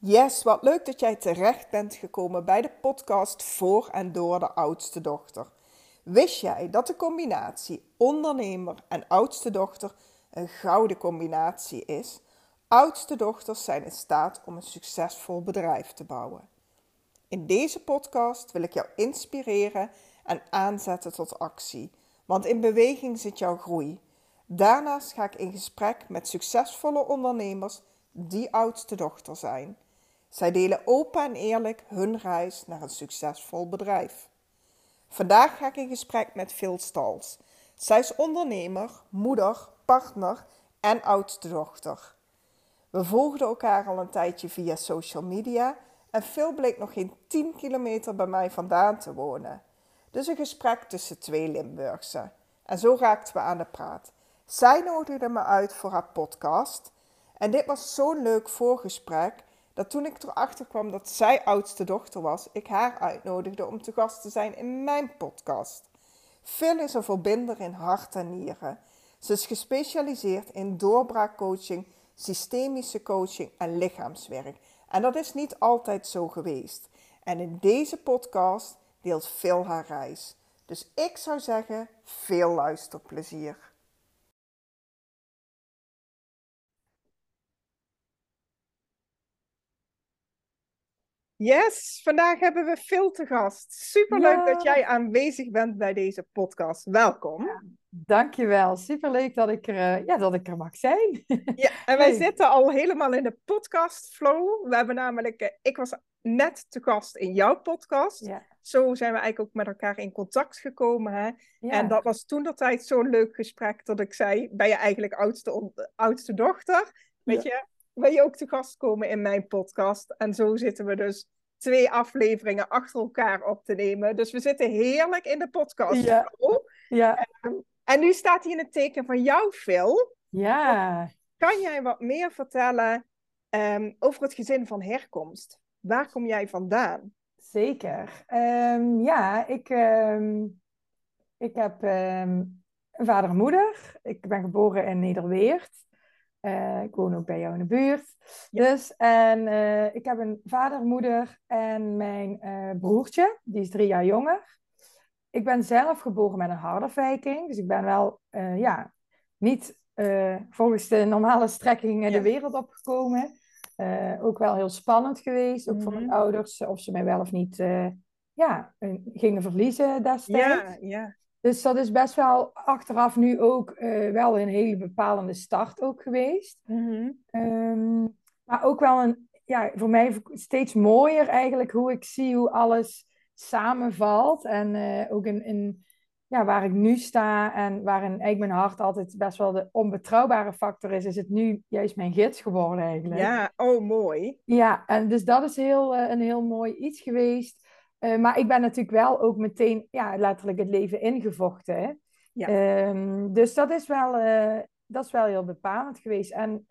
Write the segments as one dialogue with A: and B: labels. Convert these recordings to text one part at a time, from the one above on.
A: Yes, wat leuk dat jij terecht bent gekomen bij de podcast voor en door de oudste dochter. Wist jij dat de combinatie ondernemer en oudste dochter een gouden combinatie is? Oudste dochters zijn in staat om een succesvol bedrijf te bouwen. In deze podcast wil ik jou inspireren en aanzetten tot actie, want in beweging zit jouw groei. Daarnaast ga ik in gesprek met succesvolle ondernemers die oudste dochter zijn. Zij delen open en eerlijk hun reis naar een succesvol bedrijf. Vandaag ga ik in gesprek met Phil Stals. Zij is ondernemer, moeder, partner en oudste dochter. We volgden elkaar al een tijdje via social media en Phil bleek nog geen 10 kilometer bij mij vandaan te wonen. Dus een gesprek tussen twee Limburgse. En zo raakten we aan de praat. Zij nodigde me uit voor haar podcast. En dit was zo'n leuk voorgesprek dat toen ik erachter kwam dat zij oudste dochter was, ik haar uitnodigde om te gast te zijn in mijn podcast. Phil is een verbinder in hart en nieren. Ze is gespecialiseerd in doorbraakcoaching, systemische coaching en lichaamswerk. En dat is niet altijd zo geweest. En in deze podcast deelt Phil haar reis. Dus ik zou zeggen, veel luisterplezier. Yes, vandaag hebben we Phil te gast. Superleuk dat
B: Ja,
A: jij aanwezig bent bij deze podcast. Welkom.
B: dankjewel. Superleuk dat ik er mag zijn.
A: Ja, en wij
B: Leuk.
A: zitten al helemaal in de podcast flow. We hebben namelijk, ik was net te gast in jouw podcast.
B: Ja,
A: Zo zijn we eigenlijk ook met elkaar in contact gekomen. Hè? En
B: ja,
A: dat was toen dat tijd zo'n leuk gesprek dat ik zei, ben je eigenlijk oudste dochter? Weet
B: ja,
A: je, wil je ook te gast komen in mijn podcast? En zo zitten we dus 2 afleveringen achter elkaar op te nemen. Dus we zitten heerlijk in de podcast
B: ja,
A: flow.
B: ja,
A: En nu staat hij in het teken van jou, Phil.
B: ja,
A: Kan jij wat meer vertellen over het gezin van herkomst? Waar kom jij vandaan?
B: zeker. Ik heb een vader en moeder. Ik ben geboren in Nederweert. Ik woon ook bij jou in de buurt.
A: Ja.
B: Ik heb een vader, moeder en mijn broertje. Die is 3 jaar jonger. Ik ben zelf geboren met een hartafwijking. Dus ik ben wel niet volgens de normale strekkingen de
A: Ja.
B: wereld opgekomen. Ook wel heel spannend geweest. Ook voor mijn
A: Mhm.
B: ouders. Of ze mij wel of niet gingen verliezen
A: Ja,
B: destijds.
A: ja.
B: Dus dat is best wel achteraf nu ook wel een hele bepalende start ook geweest.
A: Mhm.
B: Ehm, maar ook wel voor mij steeds mooier eigenlijk hoe ik zie hoe alles samenvalt. En ook waar ik nu sta en waarin eigenlijk mijn hart altijd best wel de onbetrouwbare factor is het nu juist mijn gids geworden eigenlijk.
A: Ja, oh mooi.
B: Ja, en dus dat is een heel mooi iets geweest. Maar ik ben natuurlijk wel ook meteen letterlijk het leven ingevochten. Hè.
A: Ja.
B: Dus dat is wel heel bepalend geweest. En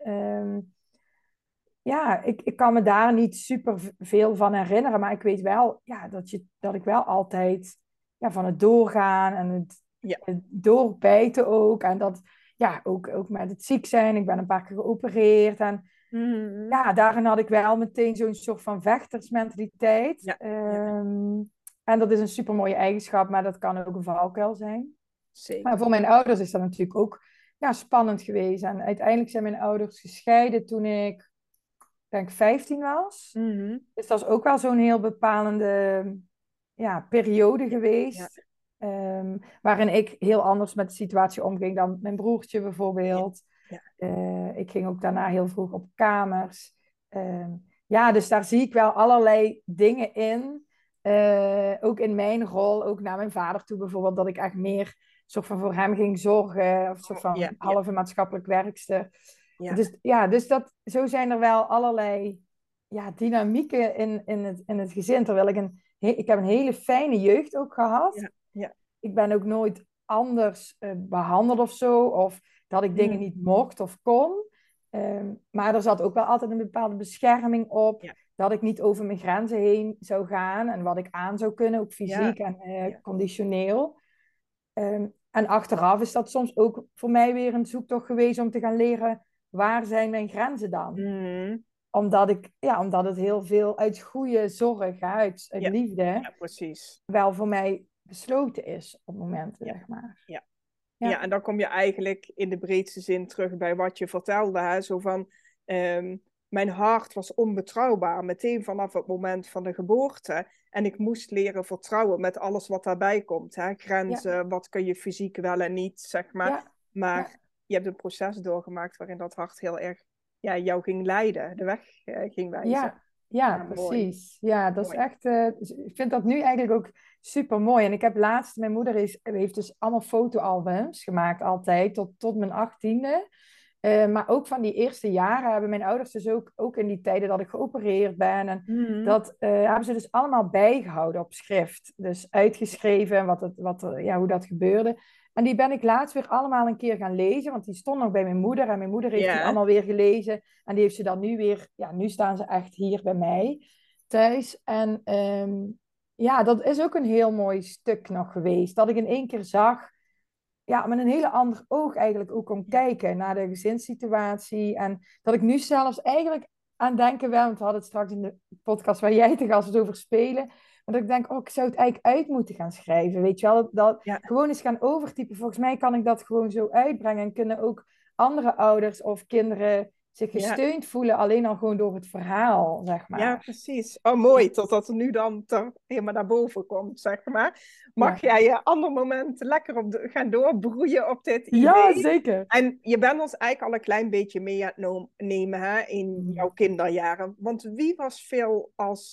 B: ik kan me daar niet super veel van herinneren, maar ik weet wel dat ik wel altijd van het doorgaan en
A: Ja.
B: het doorbijten ook. En dat ook met het ziek zijn. Ik ben een paar keer geopereerd. En
A: Mhm.
B: ja, daarin had ik wel meteen zo'n soort van vechtersmentaliteit.
A: Ja. Ja,
B: En dat is een super mooie eigenschap, maar dat kan ook een valkuil zijn. Maar
A: zeker.
B: voor mijn ouders is dat natuurlijk ook spannend geweest. En uiteindelijk zijn mijn ouders gescheiden toen ik denk 15 was.
A: Mhm.
B: Dus dat is ook wel zo'n heel bepalende periode
A: Ja. Ja.
B: geweest. Waarin ik heel anders met de situatie omging dan mijn broertje
A: Ja.
B: bijvoorbeeld.
A: Ja.
B: Ik ging ook daarna heel vroeg op kamers. Dus daar zie ik wel allerlei dingen in. Ook in mijn rol, ook naar mijn vader toe bijvoorbeeld, dat ik echt meer soort van voor hem ging zorgen. Of een soort
A: Oh, ja.
B: van
A: Ja.
B: halve maatschappelijk werkster.
A: Ja.
B: Dus zo zijn er wel allerlei dynamieken in het gezin. Terwijl ik heb een hele fijne jeugd ook gehad.
A: Ja. Ja.
B: Ik ben ook nooit anders behandeld of zo. Of dat ik dingen
A: Mhm.
B: niet mocht of kon. Maar er zat ook wel altijd een bepaalde bescherming op.
A: Ja.
B: Dat ik niet over mijn grenzen heen zou gaan. En wat ik aan zou kunnen, ook
A: Ja.
B: fysiek en
A: Ja.
B: conditioneel. En achteraf is dat soms ook voor mij weer een zoektocht geweest om te gaan leren, waar zijn mijn grenzen dan?
A: Mhm.
B: omdat het heel veel uit goede zorg, hè, uit
A: Ja,
B: liefde,
A: ja, precies.
B: wel voor mij besloten is op momenten,
A: Ja,
B: zeg maar.
A: ja. Ja,
B: Ja,
A: en dan kom je eigenlijk in de breedste zin terug bij wat je vertelde. Hè? Zo van, mijn hart was onbetrouwbaar, meteen vanaf het moment van de geboorte. En ik moest leren vertrouwen met alles wat daarbij komt. Hè?
B: ja,
A: Grenzen, wat kun je fysiek wel en niet, zeg maar.
B: ja,
A: Maar
B: ja.
A: je hebt een proces doorgemaakt waarin dat hart heel erg jou ging leiden, de weg ging wijzen.
B: Ja, ja,
A: Ja, mooi,
B: precies. Ja, dat is
A: mooi.
B: echt. Dus ik vind dat nu eigenlijk ook super mooi. En ik heb laatst, mijn moeder heeft dus allemaal fotoalbums gemaakt, altijd, tot mijn 18e. Maar ook van die eerste jaren hebben mijn ouders dus ook in die tijden dat ik geopereerd ben. En
A: Mhm.
B: dat hebben ze dus allemaal bijgehouden op schrift. Dus uitgeschreven ja, hoe dat gebeurde. En die ben ik laatst weer allemaal een keer gaan lezen, want die stond nog bij mijn moeder. En mijn moeder heeft die
A: Ja,
B: allemaal weer gelezen. En die heeft ze dan nu weer, ja, nu staan ze echt hier bij mij thuis. En ja, dat is ook een heel mooi stuk nog geweest. Dat ik in één keer zag, ja, met een hele ander oog eigenlijk ook kon
A: ja,
B: kijken naar de gezinssituatie. En dat ik nu zelfs eigenlijk aan denken ben, want we hadden het straks in de podcast waar jij te gast was over spelen. Maar dat ik denk, oh, ik zou het eigenlijk uit moeten gaan schrijven. Weet je wel, dat
A: ja,
B: gewoon eens gaan overtypen. Volgens mij kan ik dat gewoon zo uitbrengen. En kunnen ook andere ouders of kinderen zich
A: ja.
B: gesteund voelen, alleen al gewoon door het verhaal, zeg
A: Ja,
B: maar.
A: precies. Oh, mooi, totdat het nu dan helemaal naar boven komt, zeg maar. Mag
B: Ja,
A: jij je ander moment lekker gaan doorbroeien op dit
B: ja
A: idee?
B: zeker.
A: En je bent ons eigenlijk al een klein beetje mee aan het nemen hè, in
B: Mm.
A: jouw kinderjaren. Want wie was veel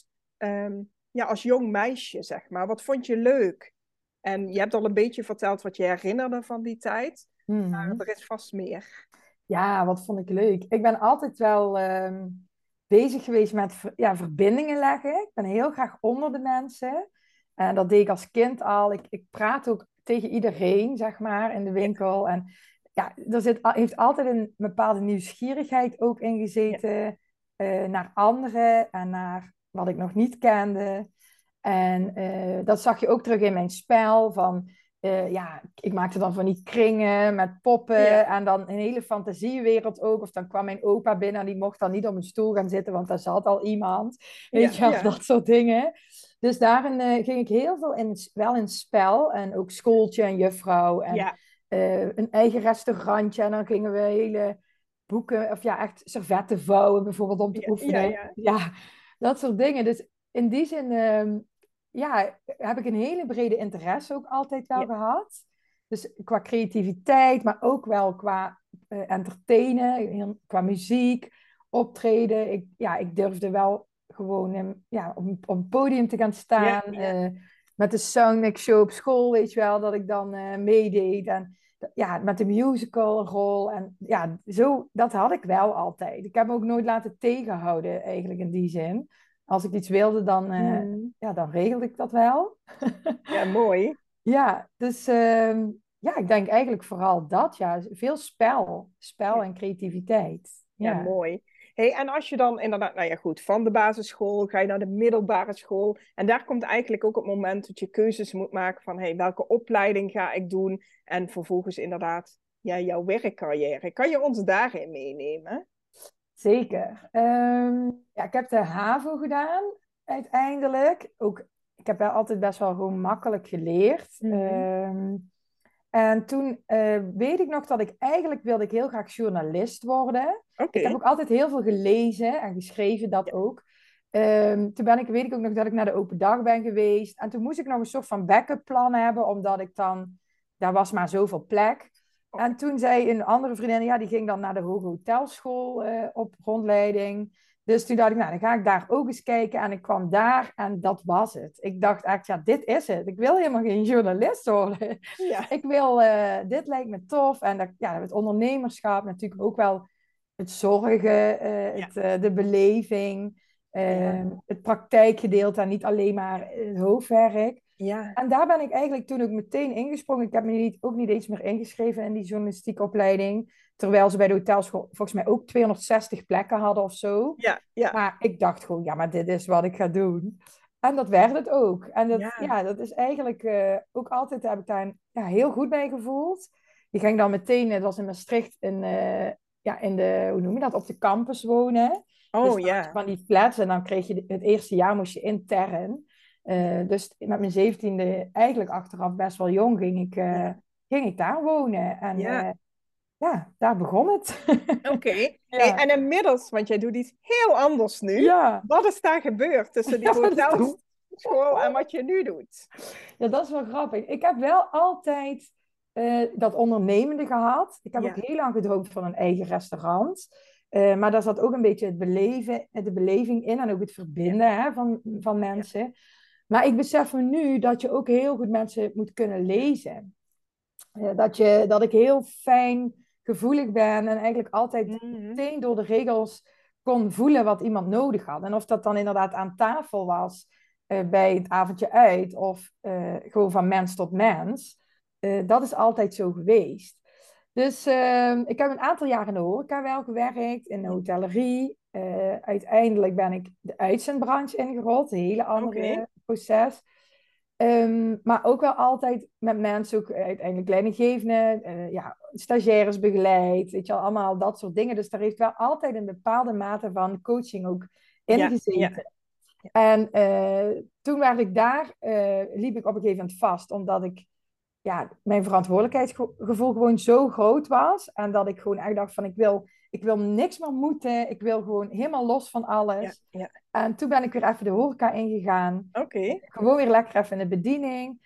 A: als jong meisje, zeg maar? Wat vond je leuk? En je hebt al een beetje verteld wat je herinnerde van die tijd. Maar
B: Mhm.
A: er is vast meer.
B: Ja, wat vond ik leuk. Ik ben altijd wel bezig geweest met ja, verbindingen leggen. Ik ben heel graag onder de mensen. En dat deed ik als kind al. Ik praat ook tegen iedereen, zeg maar, in de
A: Ja,
B: winkel. En ja, heeft altijd een bepaalde nieuwsgierigheid ook in
A: ja,
B: gezeten. Naar anderen en naar wat ik nog niet kende. En dat zag je ook terug in mijn spel van ja, ik maakte dan van die kringen met poppen
A: ja,
B: en dan een hele fantasiewereld ook. Of dan kwam mijn opa binnen en die mocht dan niet op een stoel gaan zitten, want daar zat al iemand. Weet
A: ja,
B: je wel,
A: ja,
B: dat soort dingen. Dus daarin ging ik heel veel wel in spel en ook schooltje en juffrouw en
A: ja,
B: een eigen restaurantje. En dan gingen we hele boeken, of ja, echt servetten vouwen bijvoorbeeld om te
A: ja, ja,
B: oefenen.
A: ja,
B: Ja, dat soort dingen. Dus in die zin ja, heb ik een hele brede interesse ook altijd wel
A: ja,
B: gehad. Dus qua creativiteit, maar ook wel qua entertainen, qua muziek, optreden. Ik durfde wel gewoon ja, op een podium te gaan
A: ja,
B: staan.
A: ja.
B: Met de Soundmix Show op school, weet je wel, dat ik dan meedeed. En ja, met de musicalrol. En ja, zo, dat had ik wel altijd. Ik heb me ook nooit laten tegenhouden, eigenlijk in die zin. Als ik iets wilde,
A: Hmm.
B: ja, dan regelde ik dat wel.
A: Ja, mooi.
B: Ja, dus ja, ik denk eigenlijk vooral dat, ja. Veel spel
A: Ja,
B: en creativiteit.
A: ja,
B: Ja,
A: mooi. Hey, en als je dan inderdaad, nou ja, goed, van de basisschool ga je naar de middelbare school. En daar komt eigenlijk ook het moment dat je keuzes moet maken van, hey, welke opleiding ga ik doen? En vervolgens inderdaad, ja, jouw werkcarrière. Kan je ons daarin meenemen?
B: zeker. Ja, ik heb de HAVO gedaan, uiteindelijk. Ook, ik heb wel altijd best wel gewoon makkelijk geleerd.
A: Mhm.
B: En toen weet ik nog dat ik eigenlijk wilde ik heel graag journalist worden. Ik heb
A: Oké.
B: ook altijd heel veel gelezen en geschreven, dat
A: Ja,
B: ook. Toen weet ik ook nog dat ik naar de open dag ben geweest. En toen moest ik nog een soort van backup plan hebben, omdat ik dan, daar was maar zoveel plek.
A: oké.
B: En toen zei een andere vriendin, ja, die ging dan naar de Hoge Hotelschool op rondleiding. Dus toen dacht ik, nou, dan ga ik daar ook eens kijken. En ik kwam daar en dat was het. Ik dacht echt, ja, dit is het. Ik wil helemaal geen journalist worden.
A: Ja,
B: Dit lijkt me tof. En dat, ja, het ondernemerschap, natuurlijk ook wel het zorgen,
A: ja,
B: de beleving,
A: ja,
B: het praktijkgedeelte en niet alleen
A: ja,
B: maar het hoofdwerk.
A: ja.
B: En daar ben ik eigenlijk toen ook meteen ingesprongen. Ik heb me ook niet eens meer ingeschreven in die journalistieke opleiding. Terwijl ze bij de hotelschool volgens mij ook 260 plekken hadden of zo.
A: Ja, ja,
B: Maar ik dacht gewoon, ja, maar dit is wat ik ga doen. En dat werd het ook. En
A: ja,
B: dat is eigenlijk ook altijd, heb ik daar ja, heel goed bij gevoeld. Je ging dan meteen, het was in Maastricht, in de, hoe noem je dat, op de campus wonen. Dus
A: Oh
B: dan had je
A: ja.
B: van die flats en dan kreeg je het eerste jaar moest je intern. Dus met mijn 17e, eigenlijk achteraf best wel jong,
A: Ja.
B: ging ik daar wonen. En
A: Ja.
B: ja, daar begon het.
A: Oké. Hey,
B: Ja,
A: en inmiddels, want jij doet iets heel anders nu.
B: ja.
A: Wat is daar gebeurd tussen die
B: Ja, wat is dat?
A: hotelschool en wat je nu doet?
B: Ja, dat is wel grappig. Ik heb wel altijd dat ondernemende gehad. Ik heb ook
A: Ja.
B: heel lang gedroomd van een eigen restaurant. Maar daar zat ook een beetje de beleving in en ook het
A: Ja.
B: verbinden hè, van
A: Ja.
B: mensen. Maar ik besef me nu dat je ook heel goed mensen moet kunnen lezen. Dat ik heel fijn gevoelig ben en eigenlijk altijd
A: Mhm.
B: meteen door de regels kon voelen wat iemand nodig had. En of dat dan inderdaad aan tafel was, bij het avondje uit, of gewoon van mens tot mens. Dat is altijd zo geweest. Dus ik heb een aantal jaar in de horeca wel gewerkt, in de
A: Ja.
B: hotellerie. Uiteindelijk ben ik de uitzendbranche ingerold, een hele
A: Oké.
B: andere proces. Maar ook wel altijd met mensen, ook uiteindelijk leidinggevenden, stagiaires begeleid, weet je wel, allemaal dat soort dingen. Dus daar heeft wel altijd een bepaalde mate van coaching ook in
A: Ja. Ja.
B: gezeten. En toen werd ik daar, liep ik op een gegeven moment vast, omdat ik, mijn verantwoordelijkheidsgevoel gewoon zo groot was. En dat ik gewoon echt dacht van, ik wil niks meer moeten, ik wil gewoon helemaal los van
A: Ja.
B: alles.
A: Ja.
B: En toen ben ik weer even de horeca ingegaan.
A: Oké.
B: Gewoon weer lekker even in de bediening.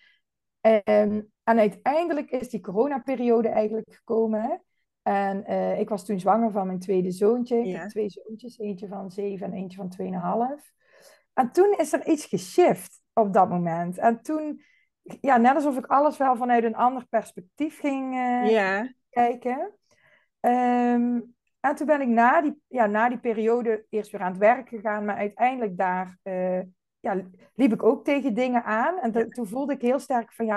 B: En uiteindelijk is die coronaperiode eigenlijk gekomen. En ik was toen zwanger van mijn tweede zoontje. Ik heb
A: Ja.
B: twee zoontjes, eentje van 7 en eentje van 2,5. En toen is er iets geshift op dat moment. En toen, net alsof ik alles wel vanuit een ander perspectief ging
A: Ja.
B: kijken. Ehm, en toen ben ik na die periode eerst weer aan het werk gegaan, maar uiteindelijk daar liep ik ook tegen dingen aan. En
A: Ja.
B: toen voelde ik heel sterk van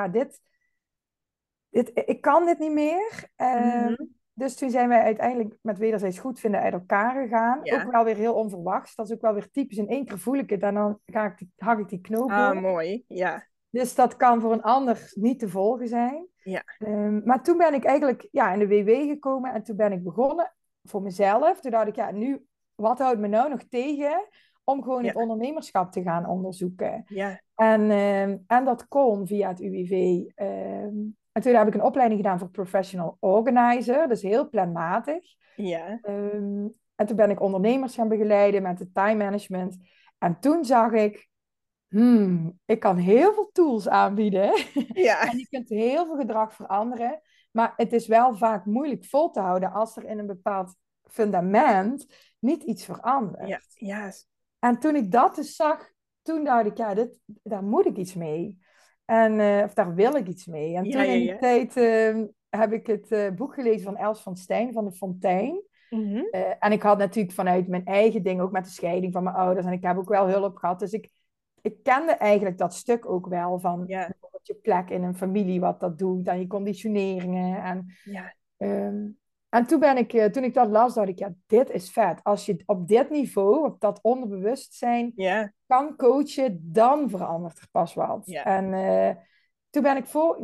B: ik kan dit niet meer.
A: Mhm.
B: Dus toen zijn wij uiteindelijk met wederzijds goedvinden uit elkaar gegaan. Ook
A: Ja.
B: wel weer heel onverwachts. Dat is ook wel weer typisch. In één keer voel ik het en dan hak ik die knoop
A: Ah,
B: door.
A: mooi. Ja.
B: Dus dat kan voor een ander niet te volgen zijn.
A: Ja.
B: Maar toen ben ik eigenlijk in de WW gekomen en toen ben ik begonnen voor mezelf. Toen dacht ik, wat houdt me nou nog tegen om gewoon
A: Ja.
B: het ondernemerschap te gaan onderzoeken?
A: Ja.
B: En dat kon via het UWV. En toen heb ik een opleiding gedaan voor Professional Organizer, dus heel planmatig.
A: Ja.
B: En toen ben ik ondernemers gaan begeleiden met het time management. En toen zag ik kan heel veel tools aanbieden.
A: Ja.
B: En je kunt heel veel gedrag veranderen. Maar het is wel vaak moeilijk vol te houden als er in een bepaald fundament niet iets
A: Ja.
B: verandert.
A: Ja.
B: En toen ik dat dus zag, toen dacht ik, daar moet ik iets mee. En, of daar wil ik iets mee. En
A: Ja.
B: toen
A: Ja.
B: in die
A: Ja.
B: tijd heb ik het boek gelezen van Els van Stijn, van de Fontein.
A: Mhm.
B: En ik had natuurlijk vanuit mijn eigen ding, ook met de scheiding van mijn ouders, en ik heb ook wel hulp gehad. Dus ik kende eigenlijk dat stuk ook wel van
A: Ja.
B: bijvoorbeeld je plek in een familie, wat dat doet, en je conditioneringen.
A: Ja.
B: Ehm, en toen ik dat las, dacht ik, dit is vet. Als je op dit niveau, op dat onderbewustzijn,
A: Ja.
B: kan coachen, dan verandert er pas wat.
A: Ja.
B: En toen ben ik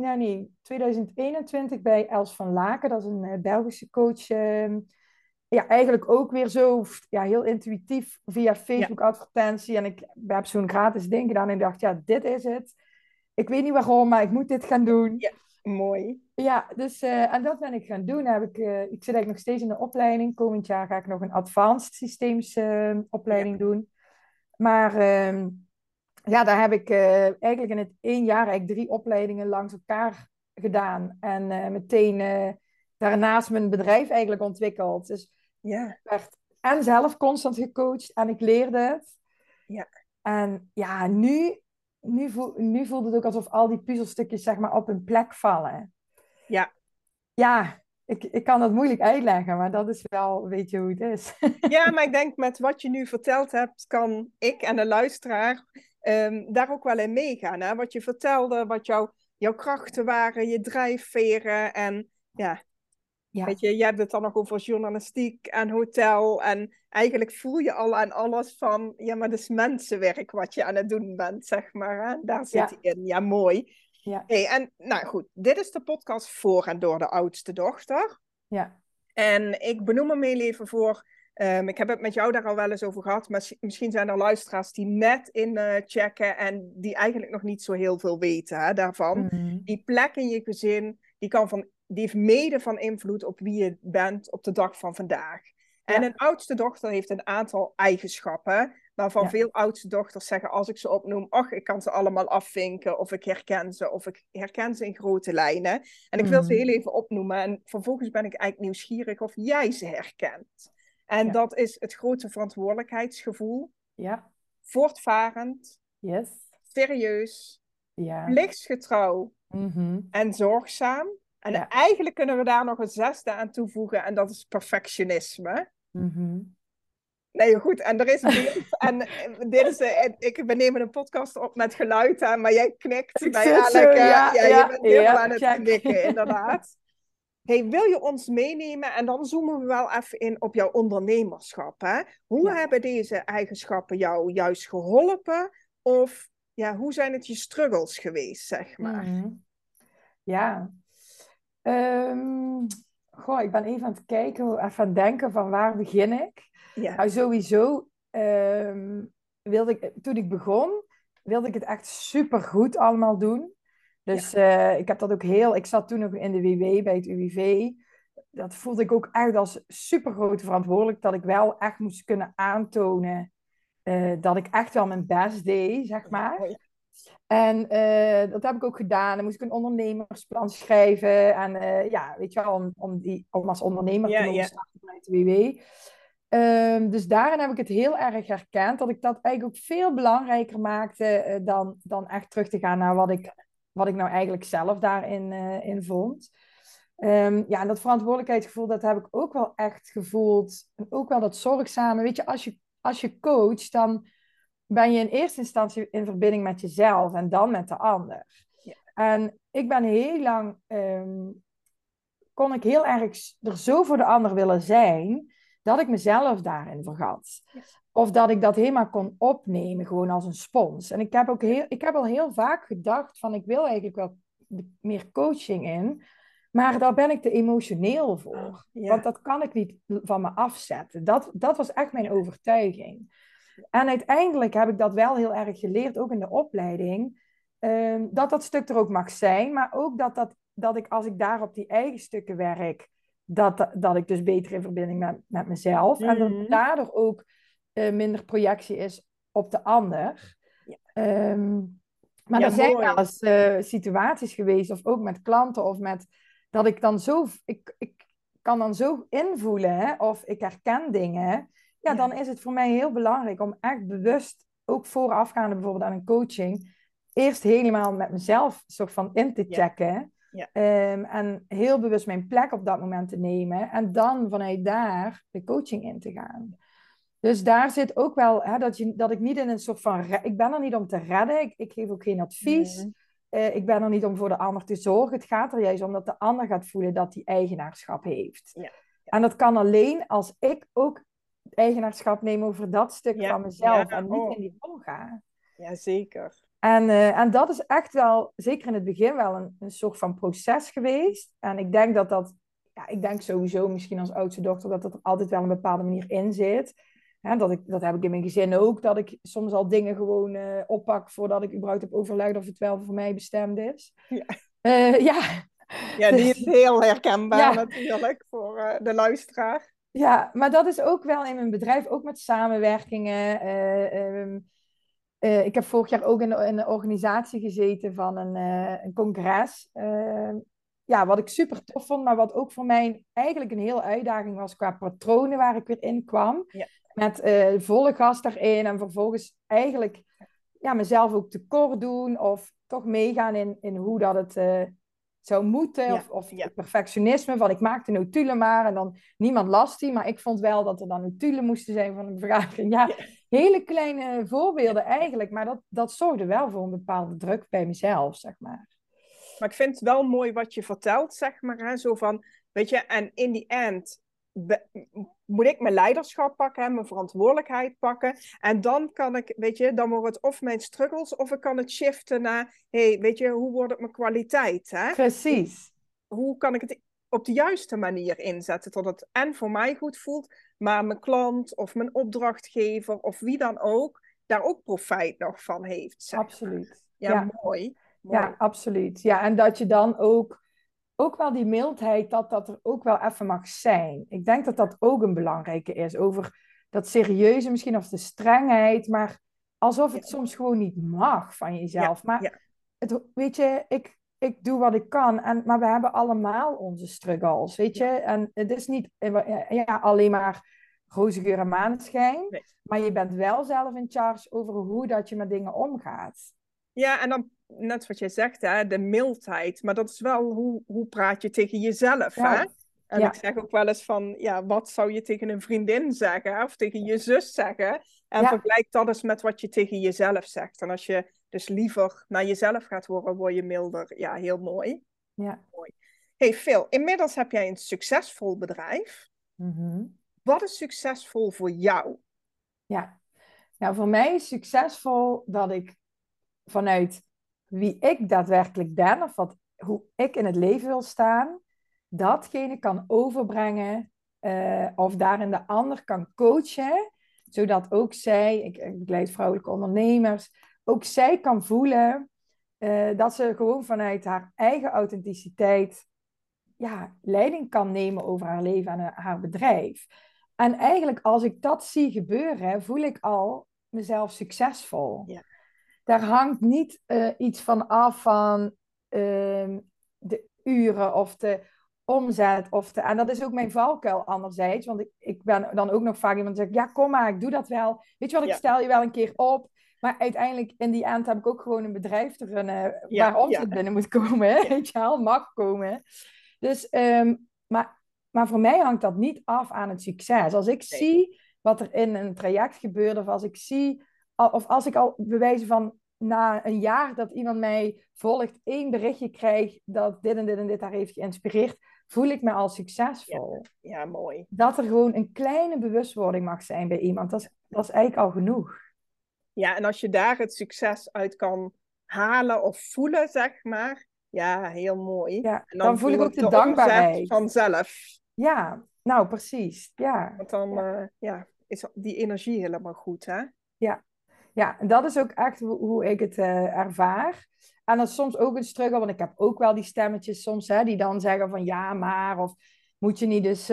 B: 2021 bij Els van Laken, dat is een Belgische coach, eigenlijk ook weer zo heel intuïtief via
A: Ja.
B: Facebook advertentie. En ik heb zo'n gratis ding gedaan en ik dacht, dit is het. Ik weet niet waarom, maar ik moet dit gaan doen.
A: Ja. Mooi.
B: Ja, dus en dat ben ik gaan doen. Ik zit eigenlijk nog steeds in de opleiding. Komend jaar ga ik nog een advanced systeems
A: Ja.
B: opleiding doen. Maar daar heb ik eigenlijk in het 1 jaar eigenlijk 3 opleidingen langs elkaar gedaan. En meteen daarnaast mijn bedrijf eigenlijk ontwikkeld. Dus
A: Ja.
B: ik werd en zelf constant gecoacht en ik leerde het.
A: Ja.
B: En nu voelt het ook alsof al die puzzelstukjes zeg maar op hun plek vallen.
A: Ja.
B: Ja, ik kan dat moeilijk uitleggen, maar dat is wel, weet je hoe het is.
A: Ja, maar ik denk met wat je nu verteld hebt, kan ik en de luisteraar daar ook wel in meegaan. Hè? Wat je vertelde, wat jouw krachten waren, je drijfveren. En ja,
B: Ja,
A: weet je hebt het dan nog over journalistiek en hotel. En eigenlijk voel je al aan alles van, ja, maar het is mensenwerk wat je aan het doen bent, zeg maar. Hè? Daar zit
B: ja,
A: hij in. Ja, mooi.
B: ja,
A: Hey, en nou goed, dit is de podcast voor en door de oudste dochter.
B: ja,
A: En ik benoem hem heel even voor. Ik heb het met jou daar al wel eens over gehad. Maar misschien zijn er luisteraars die net checken. En die eigenlijk nog niet zo heel veel weten daarvan.
B: Mhm.
A: Die plek in je gezin. Die heeft mede van invloed op wie je bent op de dag van vandaag. En
B: Ja,
A: een oudste dochter heeft een aantal eigenschappen. Waarvan
B: ja.
A: veel oudste dochters zeggen, als ik ze opnoem, ach, ik kan ze allemaal afvinken, of ik herken ze in grote lijnen. En ik wil ze heel
B: Mhm.
A: even opnoemen en vervolgens ben ik eigenlijk nieuwsgierig of jij ze herkent. En
B: Ja,
A: dat is het grote verantwoordelijkheidsgevoel,
B: ja,
A: voortvarend,
B: yes,
A: serieus,
B: ja.
A: plichtsgetrouw
B: Mhm.
A: en zorgzaam. En
B: Ja.
A: eigenlijk kunnen we daar nog een zesde aan toevoegen en dat is perfectionisme.
B: Mhm.
A: Nee, goed. En er is beeld. En dit is, we nemen een podcast op met geluid, hè, maar jij knikt
B: Ik
A: bij
B: zit zo,
A: elke.
B: ja,
A: Ja, je
B: ja,
A: bent helemaal
B: ja,
A: aan het
B: check.
A: knikken, inderdaad. Hey, wil je ons meenemen? En dan zoomen we wel even in op jouw ondernemerschap. Hè? Hoe
B: Ja.
A: hebben deze eigenschappen jou juist geholpen? Of ja, hoe zijn het je struggles geweest, zeg maar?
B: Mhm. Ja. Goh, ik ben even aan het kijken, even aan het denken van waar begin ik?
A: Ja,
B: Nou, sowieso wilde ik, toen ik begon, wilde ik het echt super goed allemaal doen.
A: ja,
B: Dus ik heb dat ook ik zat toen nog in de WW bij het UWV. Dat voelde ik ook echt als super grote verantwoordelijk, dat ik wel echt moest kunnen aantonen dat ik echt wel mijn best deed, zeg
A: ja,
B: maar.
A: mooi.
B: En dat heb ik ook gedaan. Dan moest ik een ondernemersplan schrijven. En ja, weet je wel, om als ondernemer te
A: Ja,
B: mogen
A: ja,
B: starten vanuit de WW. Dus daarin heb ik het heel erg herkend. Dat ik dat eigenlijk ook veel belangrijker maakte dan echt terug te gaan naar wat ik nou eigenlijk zelf daarin in vond. Ja, en dat verantwoordelijkheidsgevoel, dat heb ik ook wel echt gevoeld. En ook wel dat zorgzame. Weet je, als je coacht, dan ben je in eerste instantie in verbinding met jezelf en dan met de ander.
A: ja,
B: En ik ben heel lang, kon ik heel erg er zo voor de ander willen zijn, dat ik mezelf daarin vergat.
A: ja,
B: Of dat ik dat helemaal kon opnemen, gewoon als een spons. En ik heb al heel vaak gedacht van, ik wil eigenlijk wel meer coaching in, maar daar ben ik te emotioneel
A: ah,
B: voor. Want
A: ja,
B: dat kan ik niet van me afzetten. Dat was echt mijn
A: ja,
B: overtuiging. En uiteindelijk heb ik dat wel heel erg geleerd, ook in de opleiding, dat dat stuk er ook mag zijn, maar ook dat ik als ik daar op die eigen stukken werk, dat ik dus beter in verbinding met mezelf en dat
A: Mhm.
B: daardoor ook minder projectie is op de ander.
A: Ja,
B: Ehm, maar
A: ja,
B: er zijn wel
A: mooi.
B: eens situaties geweest, of ook met klanten, of met dat ik dan zo, ik kan dan zo invoelen, hè, of ik herken dingen. Ja,
A: Ja,
B: dan is het voor mij heel belangrijk om echt bewust, ook voorafgaande bijvoorbeeld aan een coaching, eerst helemaal met mezelf soort van in te
A: ja,
B: checken.
A: ja,
B: En heel bewust mijn plek op dat moment te nemen. En dan vanuit daar de coaching in te gaan. Dus daar zit ook wel hè, dat ik niet in een soort van. Ik ben er niet om te redden. Ik geef ook geen advies.
A: Mhm.
B: Ik ben er niet om voor de ander te zorgen. Het gaat er juist om dat de ander gaat voelen dat hij eigenaarschap heeft.
A: Ja,
B: En dat kan alleen als ik ook eigenaarschap neem over dat stuk
A: ja,
B: van
A: ja,
B: mezelf en niet
A: oh,
B: in die rol ga.
A: ja, zeker.
B: En dat is echt wel, zeker in het begin, wel een soort van proces geweest. En ik denk ja, ik denk sowieso misschien als oudste dochter dat er altijd wel een bepaalde manier in zit. Hè, dat heb ik in mijn gezin ook, dat ik soms al dingen gewoon oppak voordat ik überhaupt heb overlegd of het wel voor mij bestemd is.
A: Ja,
B: Ja,
A: ja, die is
B: dus,
A: heel herkenbaar
B: ja,
A: natuurlijk voor de luisteraar.
B: ja, maar dat is ook wel in mijn bedrijf, ook met samenwerkingen. Ik heb vorig jaar ook in de organisatie gezeten van een congres. Ja, wat ik super tof vond, maar wat ook voor mij eigenlijk een hele uitdaging was qua patronen waar ik weer in kwam.
A: Ja,
B: Met volle gas erin en vervolgens eigenlijk ja, mezelf ook tekort doen of toch meegaan in hoe dat het zou moeten.
A: ja,
B: Of
A: ja,
B: het perfectionisme van ik maak de notulen maar en dan niemand las die. Maar ik vond wel dat er dan notulen moesten zijn van een vergadering. Ja,
A: ja,
B: hele kleine
A: ja,
B: voorbeelden
A: ja.
B: eigenlijk. Maar dat zorgde wel voor een bepaalde druk bij mezelf, zeg maar.
A: Maar ik vind het wel mooi wat je vertelt, zeg maar. Hè? Zo van, weet je, en in the end moet ik mijn leiderschap pakken, hè, mijn verantwoordelijkheid pakken. En dan kan ik, weet je, dan wordt het of mijn struggles, of ik kan het shiften naar, hey, weet je, hoe wordt het mijn kwaliteit? Hè?
B: Precies.
A: Hoe kan ik het op de juiste manier inzetten. Tot het en voor mij goed voelt, maar mijn klant of mijn opdrachtgever of wie dan ook, daar ook profijt nog van heeft. Zeg maar.
B: Absoluut.
A: Ja,
B: Ja,
A: mooi.
B: ja, absoluut. Ja, en dat je dan ook wel die mildheid, dat er ook wel even mag zijn. Ik denk dat dat ook een belangrijke is. Over dat serieuze misschien of de strengheid, maar alsof het soms gewoon niet mag van jezelf.
A: Ja,
B: Maar weet je, ik doe wat ik kan, maar we hebben allemaal onze struggles, weet je.
A: ja.
B: En het is niet alleen maar roze geur en maneschijn,
A: Nee.
B: maar je bent wel zelf in charge over hoe dat je met dingen omgaat.
A: Ja, en dan net wat jij zegt, hè, de mildheid. Maar dat is wel hoe praat je tegen jezelf, hè?
B: Ja,
A: En ik
B: ja,
A: zeg ook wel eens van, ja, wat zou je tegen een vriendin zeggen of tegen je zus zeggen? En
B: ja,
A: vergelijk dat eens met wat je tegen jezelf zegt. En als je dus liever naar jezelf gaat horen, word je milder. Ja, heel mooi.
B: ja.
A: Mooi. Hey Phil, inmiddels heb jij een succesvol bedrijf.
B: Mhm.
A: Wat is succesvol voor jou?
B: Ja, nou voor mij is succesvol dat ik vanuit wie ik daadwerkelijk ben, of hoe ik in het leven wil staan, datgene kan overbrengen, of daarin de ander kan coachen, zodat ook zij, ik begeleid vrouwelijke ondernemers, ook zij kan voelen dat ze gewoon vanuit haar eigen authenticiteit leiding kan nemen over haar leven en haar bedrijf. En eigenlijk als ik dat zie gebeuren, voel ik al mezelf succesvol.
A: Ja.
B: Daar hangt niet iets van af van de uren of de omzet. En dat is ook mijn valkuil anderzijds. Want ik ben dan ook nog vaak iemand die zegt, ja kom maar, ik doe dat wel. Weet je wat, ik
A: Ja.
B: stel je wel een keer op. Maar uiteindelijk in die end heb ik ook gewoon een bedrijf te runnen
A: Ja,
B: waar omzet binnen moet komen.
A: ja.
B: Weet je wel, mag komen. Dus, maar voor mij hangt dat niet af aan het succes. Als ik
A: Nee.
B: zie wat er in een traject gebeurt, of als ik zie, of als ik al bewijzen van na een jaar dat iemand mij volgt, één berichtje krijg dat dit en dit en dit haar heeft geïnspireerd, voel ik me al succesvol.
A: Ja, mooi.
B: Dat er gewoon een kleine bewustwording mag zijn bij iemand, dat is eigenlijk al genoeg.
A: Ja, en als je daar het succes uit kan halen of voelen, zeg maar. Ja, heel mooi.
B: Ja,
A: En
B: dan
A: dan
B: voel ik ook
A: volgt
B: de
A: de omzet
B: dankbaarheid.
A: vanzelf.
B: Ja, nou precies. Ja,
A: Want dan
B: ja,
A: is die energie helemaal goed, hè?
B: ja. Ja, en dat is ook echt hoe ik het ervaar. En dat is soms ook een struggle, want ik heb ook wel die stemmetjes soms, hè, die dan zeggen van ja, maar, of moet je niet dus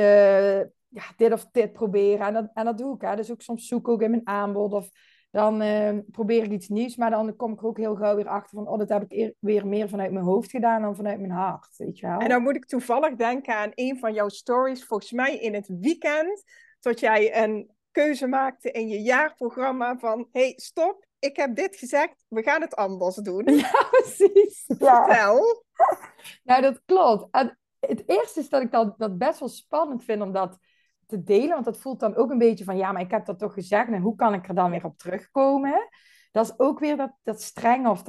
B: dit of dit proberen. En dat doe ik, hè. Dus ook soms zoek ik ook in mijn aanbod, of dan probeer ik iets nieuws, maar dan kom ik er ook heel gauw weer achter van, oh, dat heb ik weer meer vanuit mijn hoofd gedaan dan vanuit mijn hart, weet je
A: En
B: wel.
A: dan moet ik toevallig denken aan een van jouw stories, volgens mij in het weekend, dat jij een keuze maakte in je jaarprogramma van, hey, stop, ik heb dit gezegd, we gaan het anders doen.
B: Ja, precies. Ja.
A: Vertel.
B: Nou, dat klopt. En het eerste is dat ik dat best wel spannend vind om dat te delen. Want dat voelt dan ook een beetje van, ja, maar ik heb dat toch gezegd. En hoe kan ik er dan weer op terugkomen? Dat is ook weer dat streng of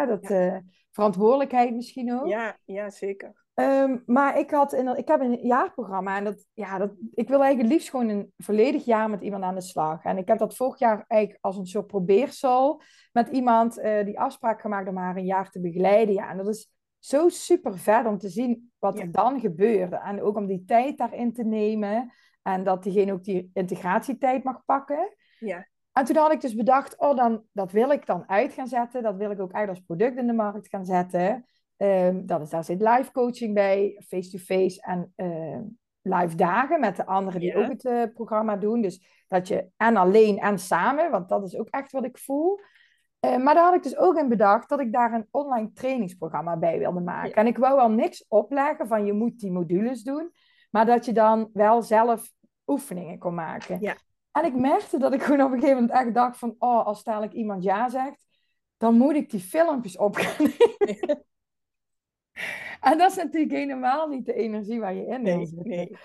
B: verantwoordelijkheid misschien ook.
A: Ja, ja, zeker.
B: Maar ik heb een jaarprogramma en ik wil eigenlijk het liefst gewoon een volledig jaar met iemand aan de slag. En ik heb dat vorig jaar eigenlijk als een soort probeersel met iemand die afspraak gemaakt om haar een jaar te begeleiden. Ja, en dat is zo super vet om te zien wat er dan gebeurde. En ook om die tijd daarin te nemen en dat diegene ook die integratietijd mag pakken.
A: Ja.
B: En toen had ik dus bedacht, dat wil ik dan uit gaan zetten. Dat wil ik ook eigenlijk als product in de markt gaan zetten. Daar zit live coaching bij, face-to-face en live dagen met de anderen die ook het programma doen. Dus dat je en alleen en samen, want dat is ook echt wat ik voel. Maar daar had ik dus ook in bedacht dat ik daar een online trainingsprogramma bij wilde maken.
A: Ja.
B: En ik wou wel niks opleggen van je moet die modules doen, maar dat je dan wel zelf oefeningen kon maken.
A: Ja.
B: En ik merkte dat ik gewoon op een gegeven moment echt dacht van, als dadelijk iemand ja zegt, dan moet ik die filmpjes op gaan nemen. En dat is natuurlijk helemaal niet de energie waar je in wil zitten.
A: Nee.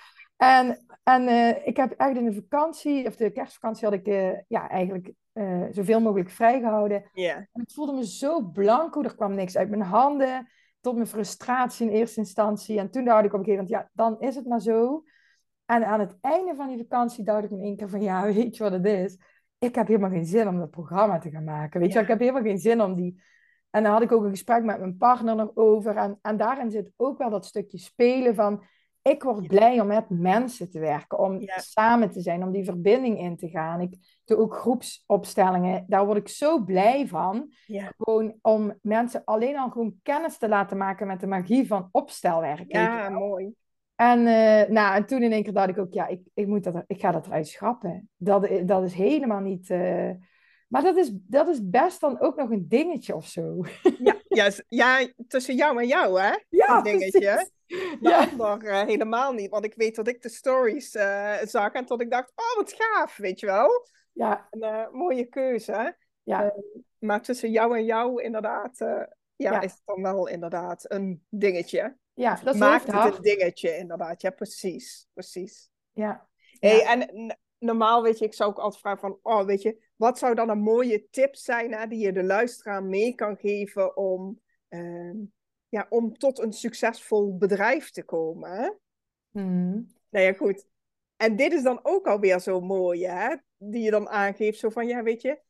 B: En ik heb eigenlijk in de vakantie, of de kerstvakantie, had ik eigenlijk zoveel mogelijk vrijgehouden.
A: Ja.
B: En ik voelde me zo blanco, er kwam niks uit mijn handen, tot mijn frustratie in eerste instantie. En toen dacht ik op een gegeven moment, ja, dan is het maar zo. En aan het einde van die vakantie dacht ik in één keer van, ja, weet je wat het is? Ik heb helemaal geen zin om dat programma te gaan maken. Weet je, ik heb helemaal geen zin om die... En dan had ik ook een gesprek met mijn partner nog over. En daarin zit ook wel dat stukje spelen van... ik word blij om met mensen te werken, om
A: Ja,
B: samen te zijn, om die verbinding in te gaan. Ik doe ook groepsopstellingen, daar word ik zo blij van.
A: ja,
B: Gewoon om mensen alleen al gewoon kennis te laten maken met de magie van opstelwerk, weet je
A: ja,
B: wel.
A: mooi.
B: En, nou, en toen in één keer dacht ik ook, ja, ik ga dat eruit schrappen. Dat is helemaal niet... maar dat is best dan ook nog een dingetje of zo.
A: Ja, ja, ja, tussen jou en jou, hè? Een
B: Ja,
A: dingetje.
B: precies.
A: De
B: Ja,
A: ander helemaal niet. Want ik weet dat ik de stories zag en dat ik dacht, oh, wat gaaf, weet je wel.
B: ja,
A: Een mooie keuze. Eh,
B: ja,
A: maar tussen jou en jou, inderdaad, ja, is
B: ja,
A: het dan wel inderdaad een dingetje.
B: ja,
A: Of
B: dat
A: je
B: is
A: maakt het een
B: hoofdhart.
A: dingetje, inderdaad. Ja, precies, precies.
B: Ja,
A: Hey,
B: ja.
A: en normaal, weet je, ik zou ook altijd vragen van, oh, weet je, wat zou dan een mooie tip zijn, hè, die je de luisteraar mee kan geven om, ja, om tot een succesvol bedrijf te komen, hè?
B: Hmm.
A: Nou ja, goed. En dit is dan ook alweer zo mooi, hè, die je dan aangeeft, zo van, ja, weet je,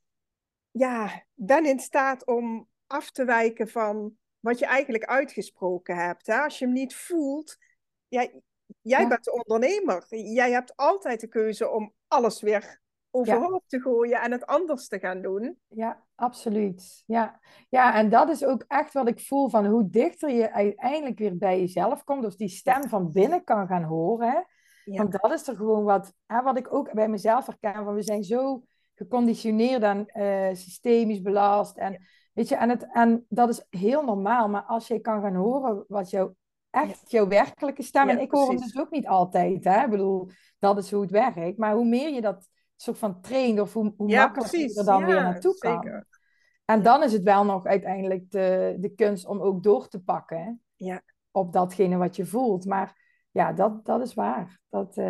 A: ja, ben in staat om af te wijken van wat je eigenlijk uitgesproken hebt, hè? Als je hem niet voelt, ja, jij
B: Ja,
A: bent de ondernemer. Jij hebt altijd de keuze om alles weer
B: ja,
A: overhoop te gooien en het anders te gaan doen.
B: ja, absoluut. Ja. Ja, en dat is ook echt wat ik voel van hoe dichter je uiteindelijk weer bij jezelf komt, of die
A: Ja,
B: stem van binnen kan gaan horen. Hè?
A: ja,
B: Want dat is er gewoon wat, hè, wat ik ook bij mezelf herken, van we zijn zo geconditioneerd en systemisch belast. En, weet je, en dat is heel normaal, maar als je kan gaan horen wat
A: ja,
B: echt jouw werkelijke stem, en
A: ja,
B: ik hoor hem
A: precies.
B: dus ook niet altijd, hè? Ik bedoel, dat is hoe het werkt. Maar hoe meer je dat soort van traint, of hoe
A: Ja,
B: makkelijker je er
A: precies.
B: dan weer
A: Ja,
B: naartoe kan.
A: zeker.
B: En
A: Ja,
B: dan is het wel nog uiteindelijk de kunst om ook door te pakken, hè,
A: ja,
B: op datgene wat je voelt. Maar ja, dat is waar.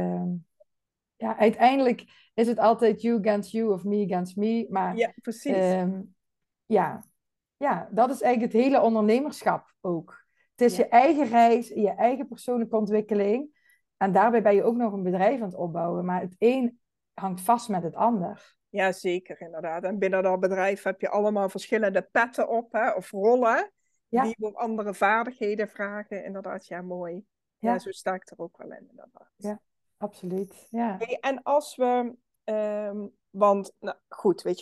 B: Ja, uiteindelijk is het altijd you against you of me against me. Maar
A: ja, precies.
B: ehm, ja, ja, dat is eigenlijk het hele ondernemerschap ook. Het is
A: Ja.
B: je eigen reis, je eigen persoonlijke ontwikkeling. En daarbij ben je ook nog een bedrijf aan het opbouwen. Maar het een hangt vast met het ander.
A: Ja, zeker, inderdaad. En binnen dat bedrijf heb je allemaal verschillende petten op, hè, of rollen, die
B: Ja,
A: ook andere vaardigheden vragen. Inderdaad, ja, mooi. Ja,
B: ja,
A: zo sta ik er ook wel in, inderdaad.
B: ja, absoluut. Ja,
A: Hey, en als we, want nou, goed, weet je,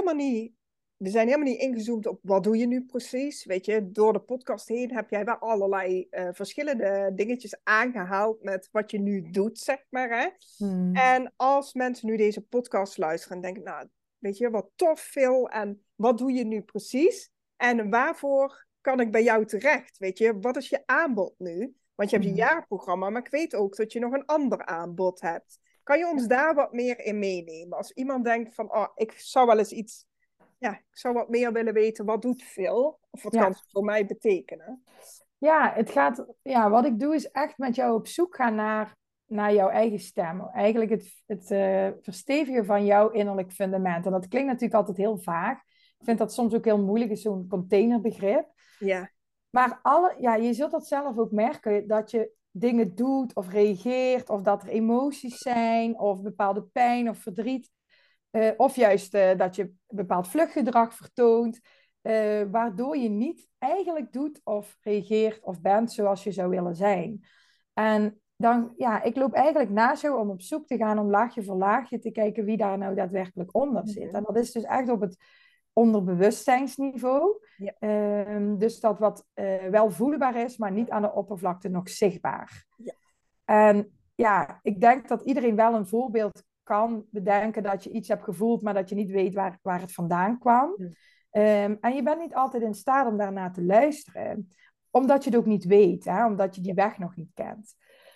A: we zijn helemaal niet ingezoomd op wat doe je nu precies. Weet je, door de podcast heen heb jij wel allerlei verschillende dingetjes aangehaald met wat je nu doet, zeg maar. Hè?
B: hmm.
A: En als mensen nu deze podcast luisteren en denken, nou, weet je, wat tof, Phil, en wat doe je nu precies? En waarvoor kan ik bij jou terecht? Weet je, wat is je aanbod nu? Want je hebt je
B: Hmm.
A: jaarprogramma, maar ik weet ook dat je nog een ander aanbod hebt. Kan je ons daar wat meer in meenemen? Als iemand denkt van, oh, ik zou wel eens iets, ja, ik zou wat meer willen weten, wat doet Phil? Of wat kan
B: Ja,
A: het voor mij betekenen?
B: ja, wat ik doe is echt met jou op zoek gaan naar jouw eigen stem. Eigenlijk het verstevigen van jouw innerlijk fundament. En dat klinkt natuurlijk altijd heel vaag. Ik vind dat soms ook heel moeilijk, is zo'n containerbegrip.
A: Ja,
B: Maar ja, je zult dat zelf ook merken, dat je dingen doet of reageert, of dat er emoties zijn, of bepaalde pijn of verdriet. Of juist dat je bepaald vluchtgedrag vertoont, waardoor je niet eigenlijk doet of reageert of bent zoals je zou willen zijn. En dan, ja, ik loop eigenlijk naast jou om op zoek te gaan om laagje voor laagje te kijken wie daar nou daadwerkelijk onder zit.
A: mhm,
B: En dat is dus echt op het onderbewustzijnsniveau.
A: ja,
B: Dus dat wat wel voelbaar is, maar niet aan de oppervlakte nog zichtbaar.
A: ja,
B: En ja, ik denk dat iedereen wel een voorbeeld kan bedenken dat je iets hebt gevoeld, maar dat je niet weet waar het vandaan kwam.
A: mhm,
B: En je bent niet altijd in staat om daarna te luisteren, omdat je het ook niet weet, hè? Omdat je die weg nog niet kent.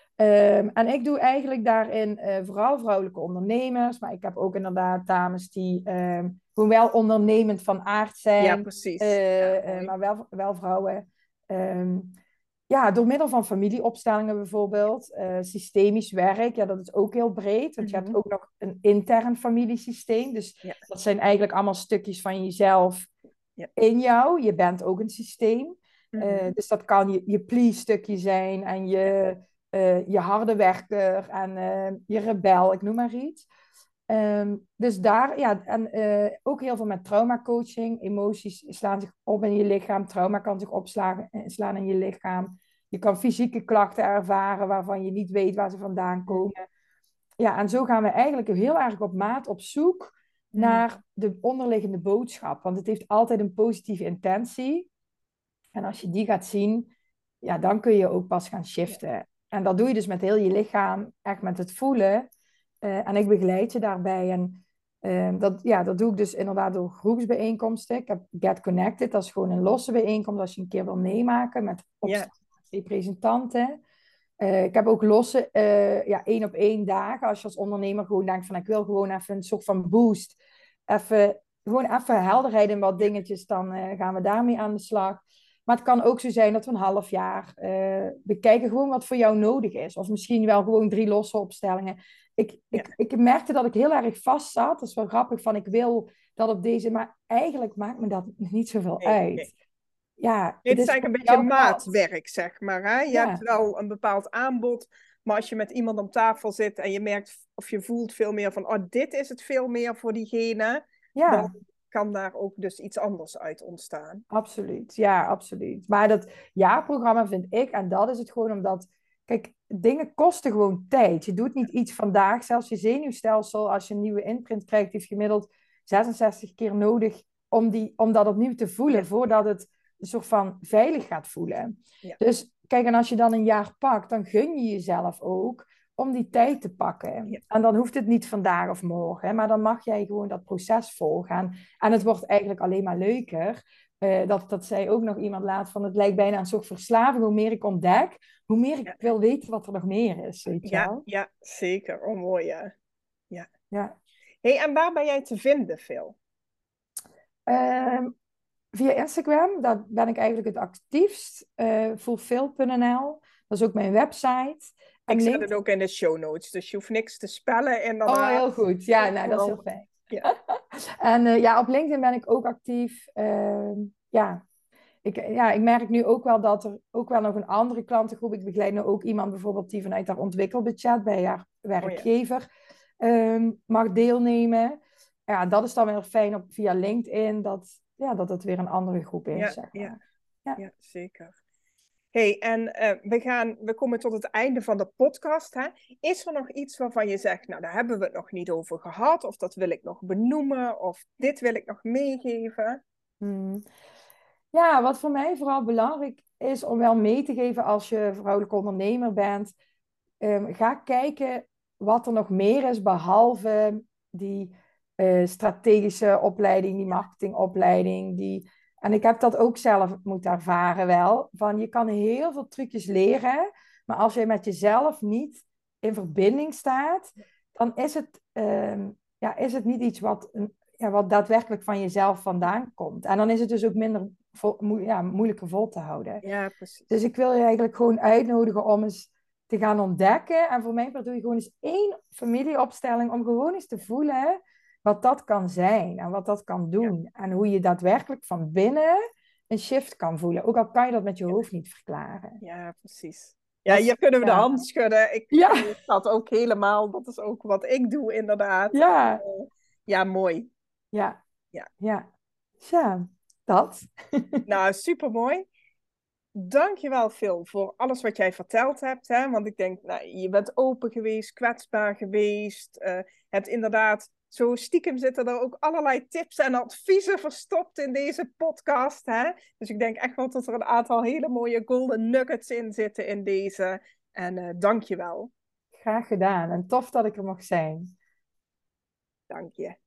B: En ik doe eigenlijk daarin vooral vrouwelijke ondernemers, maar ik heb ook inderdaad dames die gewoon wel ondernemend van aard
A: ja,
B: zijn,
A: precies. Ja, mooi.
B: maar wel vrouwen. Ehm, ja, door middel van familieopstellingen bijvoorbeeld, systemisch werk, ja, dat is ook heel breed, want je hebt
A: Mhm,
B: ook nog een intern familiesysteem. Dus
A: ja,
B: dat zijn eigenlijk allemaal stukjes van jezelf
A: ja,
B: in jou. Je bent ook een systeem.
A: mhm,
B: Dus dat kan je please-stukje zijn en
A: ja,
B: je harde werker en je rebel, ik noem maar iets. Dus daar, ja, en ook heel veel met traumacoaching. Emoties slaan zich op in je lichaam, trauma kan zich slaan in je lichaam. Je kan fysieke klachten ervaren waarvan je niet weet waar ze vandaan komen. Ja, en zo gaan we eigenlijk heel erg op maat op zoek naar de onderliggende boodschap. Want het heeft altijd een positieve intentie. En als je die gaat zien, ja, dan kun je ook pas gaan shiften. En dat doe je dus met heel je lichaam, echt met het voelen. En ik begeleid je daarbij. En dat doe ik dus inderdaad door groepsbijeenkomsten. Ik heb Get Connected, dat is gewoon een losse bijeenkomst als je een keer wil meemaken met
A: Ja,
B: representanten. Ik heb ook losse 1-op-1 dagen. Als je als ondernemer gewoon denkt van ik wil gewoon even een soort van boost. Gewoon even helderheid in wat dingetjes, dan gaan we daarmee aan de slag. Maar het kan ook zo zijn dat we een half jaar bekijken gewoon wat voor jou nodig is. Of misschien wel gewoon 3 losse opstellingen. Ik merkte dat ik heel erg vast zat. Dat is wel grappig van ik wil dat op deze... Maar eigenlijk maakt me dat niet zoveel
A: nee.
B: uit. Ja,
A: Het
B: het
A: is
B: is
A: eigenlijk
B: gewoon
A: een beetje
B: jouw pad.
A: maatwerk, zeg maar. Hè? Je hebt
B: Ja,
A: wel een bepaald aanbod, maar als je met iemand om tafel zit en je merkt of je voelt veel meer van, oh, dit is het veel meer voor diegene, dan
B: ja.
A: kan daar ook dus iets anders uit ontstaan.
B: Absoluut, ja, absoluut. Maar dat jaarprogramma vind ik, en dat is het gewoon omdat, kijk, dingen kosten gewoon tijd. Je doet niet iets vandaag, zelfs je zenuwstelsel, als je een nieuwe imprint krijgt, heeft gemiddeld 66 keer nodig om dat opnieuw te
A: Ja,
B: voelen, voordat het een soort van veilig gaat voelen.
A: ja,
B: Dus kijk, en als je dan een jaar pakt, dan gun je jezelf ook om die tijd te
A: ja,
B: pakken. En dan hoeft het niet vandaag of morgen, hè, maar dan mag jij gewoon dat proces volgaan. En het wordt eigenlijk alleen maar leuker. Dat zei ook nog iemand laat van het lijkt bijna een soort verslaving. Hoe meer ik ontdek, hoe meer ik
A: ja,
B: wil weten wat er nog meer is, weet je
A: ja,
B: wel.
A: ja, zeker. Oh, mooi, ja. Ja.
B: Ja.
A: Hey, en waar ben jij te vinden, Phil?
B: Ehm, Via Instagram, daar ben ik eigenlijk het actiefst. Fulfill.nl, dat is ook mijn website.
A: Ik
B: En
A: zet het
B: LinkedIn.
A: ook in de show notes, dus je hoeft niks te spellen,
B: Oh, heel
A: inderdaad.
B: goed. Ja, nou, dat is heel fijn.
A: Ja,
B: En ja, op LinkedIn ben ik ook actief. Ja, ik merk nu ook wel dat er ook wel nog een andere klantengroep. Ik begeleid nu ook iemand bijvoorbeeld die vanuit haar ontwikkelbudget bij haar
A: oh ja,
B: werkgever mag deelnemen. Ja, dat is dan weer fijn via LinkedIn, dat het weer een andere groep is,
A: ja,
B: zeg
A: ja,
B: maar. Ja.
A: ja, zeker. Hey, en we komen tot het einde van de podcast. Hè? Is er nog iets waarvan je zegt, nou, daar hebben we het nog niet over gehad, of dat wil ik nog benoemen, of dit wil ik nog meegeven?
B: Hmm. Ja, wat voor mij vooral belangrijk is om wel mee te geven als je vrouwelijke ondernemer bent. Ga kijken wat er nog meer is behalve die strategische opleiding, die marketingopleiding. En ik heb dat ook zelf moeten ervaren wel. Van je kan heel veel trucjes leren, maar als je met jezelf niet in verbinding staat, dan is het niet iets wat daadwerkelijk van jezelf vandaan komt. En dan is het dus ook minder moeilijker vol te houden.
A: Ja,
B: Dus
A: precies.
B: ik wil je eigenlijk gewoon uitnodigen om eens te gaan ontdekken. En voor mij doe je gewoon eens 1 familieopstelling om gewoon eens te voelen wat dat kan zijn en wat dat kan
A: Ja,
B: doen. En hoe je daadwerkelijk van binnen een shift kan voelen. Ook al kan je dat met je
A: ja,
B: hoofd niet verklaren.
A: ja, precies. Ja,
B: Dat is,
A: hier kunnen we de
B: ja.
A: hand schudden. Ik
B: Ja,
A: geloof dat ook helemaal. Dat is ook wat ik doe, inderdaad. En,
B: ja,
A: ja, mooi.
B: ja,
A: Ja.
B: ja. Ja, dat.
A: Nou, supermooi. Dankjewel, Phil, voor alles wat jij verteld hebt. Hè? Want ik denk, nou, je bent open geweest, kwetsbaar geweest. Hebt inderdaad, zo stiekem zitten er ook allerlei tips en adviezen verstopt in deze podcast. Hè? Dus ik denk echt wel dat er een aantal hele mooie golden nuggets in zitten in deze. En dankjewel.
B: Graag gedaan en tof dat ik er mag zijn.
A: Dank je.